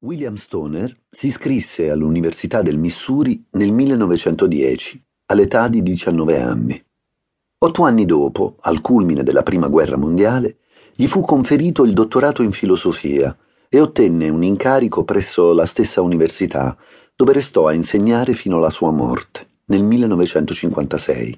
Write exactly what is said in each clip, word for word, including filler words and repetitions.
William Stoner si iscrisse all'Università del Missouri nel millenovecentodieci, all'età di diciannove anni. Otto anni dopo, al culmine della Prima Guerra Mondiale, gli fu conferito il dottorato in filosofia e ottenne un incarico presso la stessa università, dove restò a insegnare fino alla sua morte, nel millenovecentocinquantasei.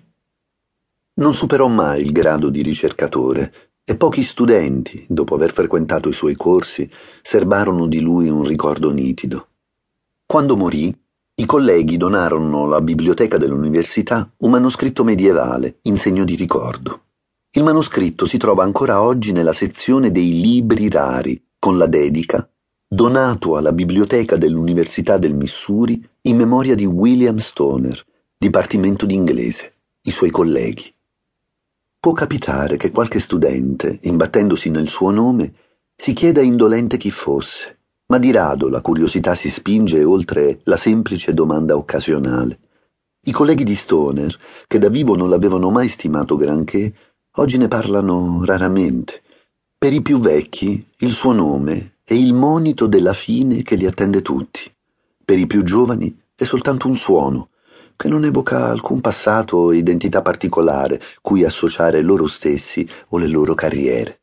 Non superò mai il grado di ricercatore e pochi studenti, dopo aver frequentato i suoi corsi, serbarono di lui un ricordo nitido. Quando morì, i colleghi donarono alla biblioteca dell'università un manoscritto medievale in segno di ricordo. Il manoscritto si trova ancora oggi nella sezione dei libri rari, con la dedica «Donato alla biblioteca dell'Università del Missouri in memoria di William Stoner, Dipartimento d'inglese, i suoi colleghi». Può capitare che qualche studente, imbattendosi nel suo nome, si chieda indolente chi fosse, ma di rado la curiosità si spinge oltre la semplice domanda occasionale. I colleghi di Stoner, che da vivo non l'avevano mai stimato granché, oggi ne parlano raramente. Per i più vecchi, il suo nome è il monito della fine che li attende tutti. Per i più giovani è soltanto un suono, che non evoca alcun passato o identità particolare cui associare loro stessi o le loro carriere.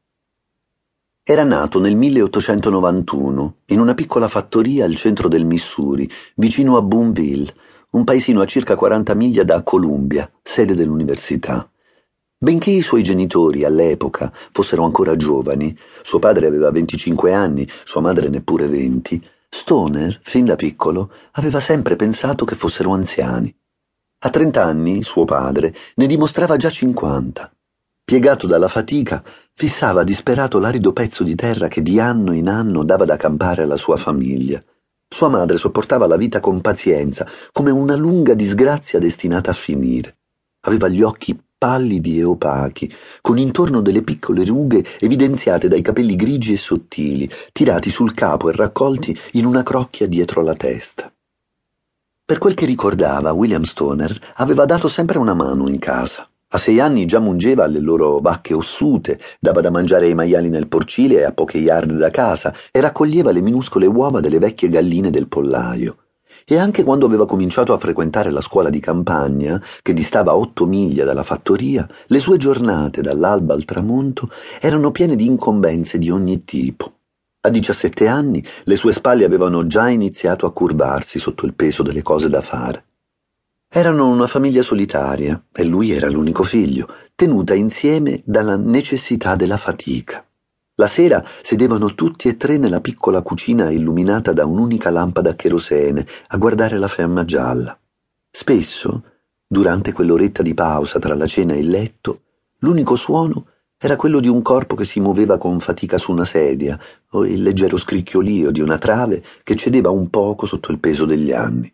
Era nato nel milleottocentonovantuno in una piccola fattoria al centro del Missouri, vicino a Boonville, un paesino a circa quaranta miglia da Columbia, sede dell'università. Benché i suoi genitori all'epoca fossero ancora giovani, suo padre aveva venticinque anni, sua madre neppure venti, Stoner, fin da piccolo, aveva sempre pensato che fossero anziani. A trent'anni, suo padre ne dimostrava già cinquanta. Piegato dalla fatica, fissava disperato l'arido pezzo di terra che di anno in anno dava da campare alla sua famiglia. Sua madre sopportava la vita con pazienza, come una lunga disgrazia destinata a finire. Aveva gli occhi pallidi e opachi, con intorno delle piccole rughe evidenziate dai capelli grigi e sottili, tirati sul capo e raccolti in una crocchia dietro la testa. Per quel che ricordava, William Stoner aveva dato sempre una mano in casa. A sei anni già mungeva alle loro vacche ossute, dava da mangiare ai maiali nel porcile a poche yard da casa e raccoglieva le minuscole uova delle vecchie galline del pollaio. E anche quando aveva cominciato a frequentare la scuola di campagna, che distava otto miglia dalla fattoria, le sue giornate dall'alba al tramonto erano piene di incombenze di ogni tipo. A diciassette anni le sue spalle avevano già iniziato a curvarsi sotto il peso delle cose da fare. Erano una famiglia solitaria, e lui era l'unico figlio, tenuta insieme dalla necessità della fatica. La sera sedevano tutti e tre nella piccola cucina illuminata da un'unica lampada a cherosene a guardare la fiamma gialla. Spesso, durante quell'oretta di pausa tra la cena e il letto, l'unico suono era quello di un corpo che si muoveva con fatica su una sedia o il leggero scricchiolio di una trave che cedeva un poco sotto il peso degli anni.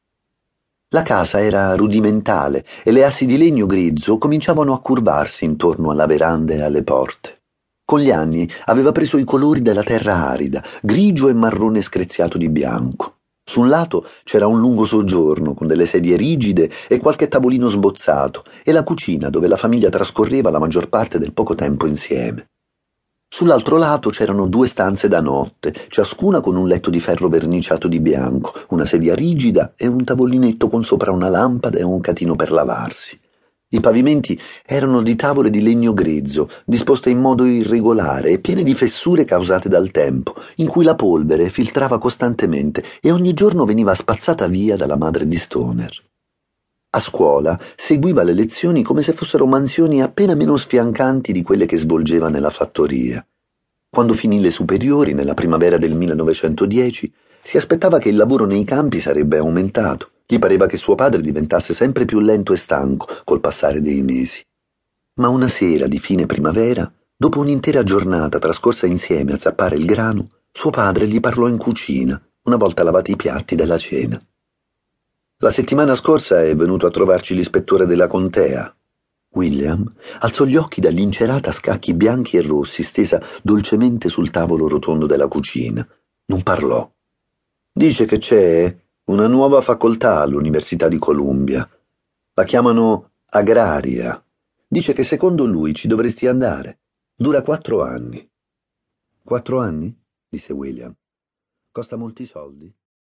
La casa era rudimentale e le assi di legno grigio cominciavano a curvarsi intorno alla veranda e alle porte. Con gli anni aveva preso i colori della terra arida, grigio e marrone screziato di bianco. Su un lato c'era un lungo soggiorno con delle sedie rigide e qualche tavolino sbozzato e la cucina dove la famiglia trascorreva la maggior parte del poco tempo insieme. Sull'altro lato c'erano due stanze da notte, ciascuna con un letto di ferro verniciato di bianco, una sedia rigida e un tavolinetto con sopra una lampada e un catino per lavarsi. I pavimenti erano di tavole di legno grezzo, disposte in modo irregolare e piene di fessure causate dal tempo, in cui la polvere filtrava costantemente e ogni giorno veniva spazzata via dalla madre di Stoner. A scuola seguiva le lezioni come se fossero mansioni appena meno sfiancanti di quelle che svolgeva nella fattoria. Quando finì le superiori, nella primavera del millenovecentodieci, si aspettava che il lavoro nei campi sarebbe aumentato. Gli pareva che suo padre diventasse sempre più lento e stanco col passare dei mesi. Ma una sera di fine primavera, dopo un'intera giornata trascorsa insieme a zappare il grano, suo padre gli parlò in cucina, una volta lavati i piatti della cena. La settimana scorsa è venuto a trovarci l'ispettore della contea. William alzò gli occhi dall'incerata a scacchi bianchi e rossi stesa dolcemente sul tavolo rotondo della cucina. Non parlò. Dice che c'è una nuova facoltà all'Università di Columbia. La chiamano agraria. Dice che secondo lui ci dovresti andare. Dura quattro anni. Quattro anni? Disse William. Costa molti soldi?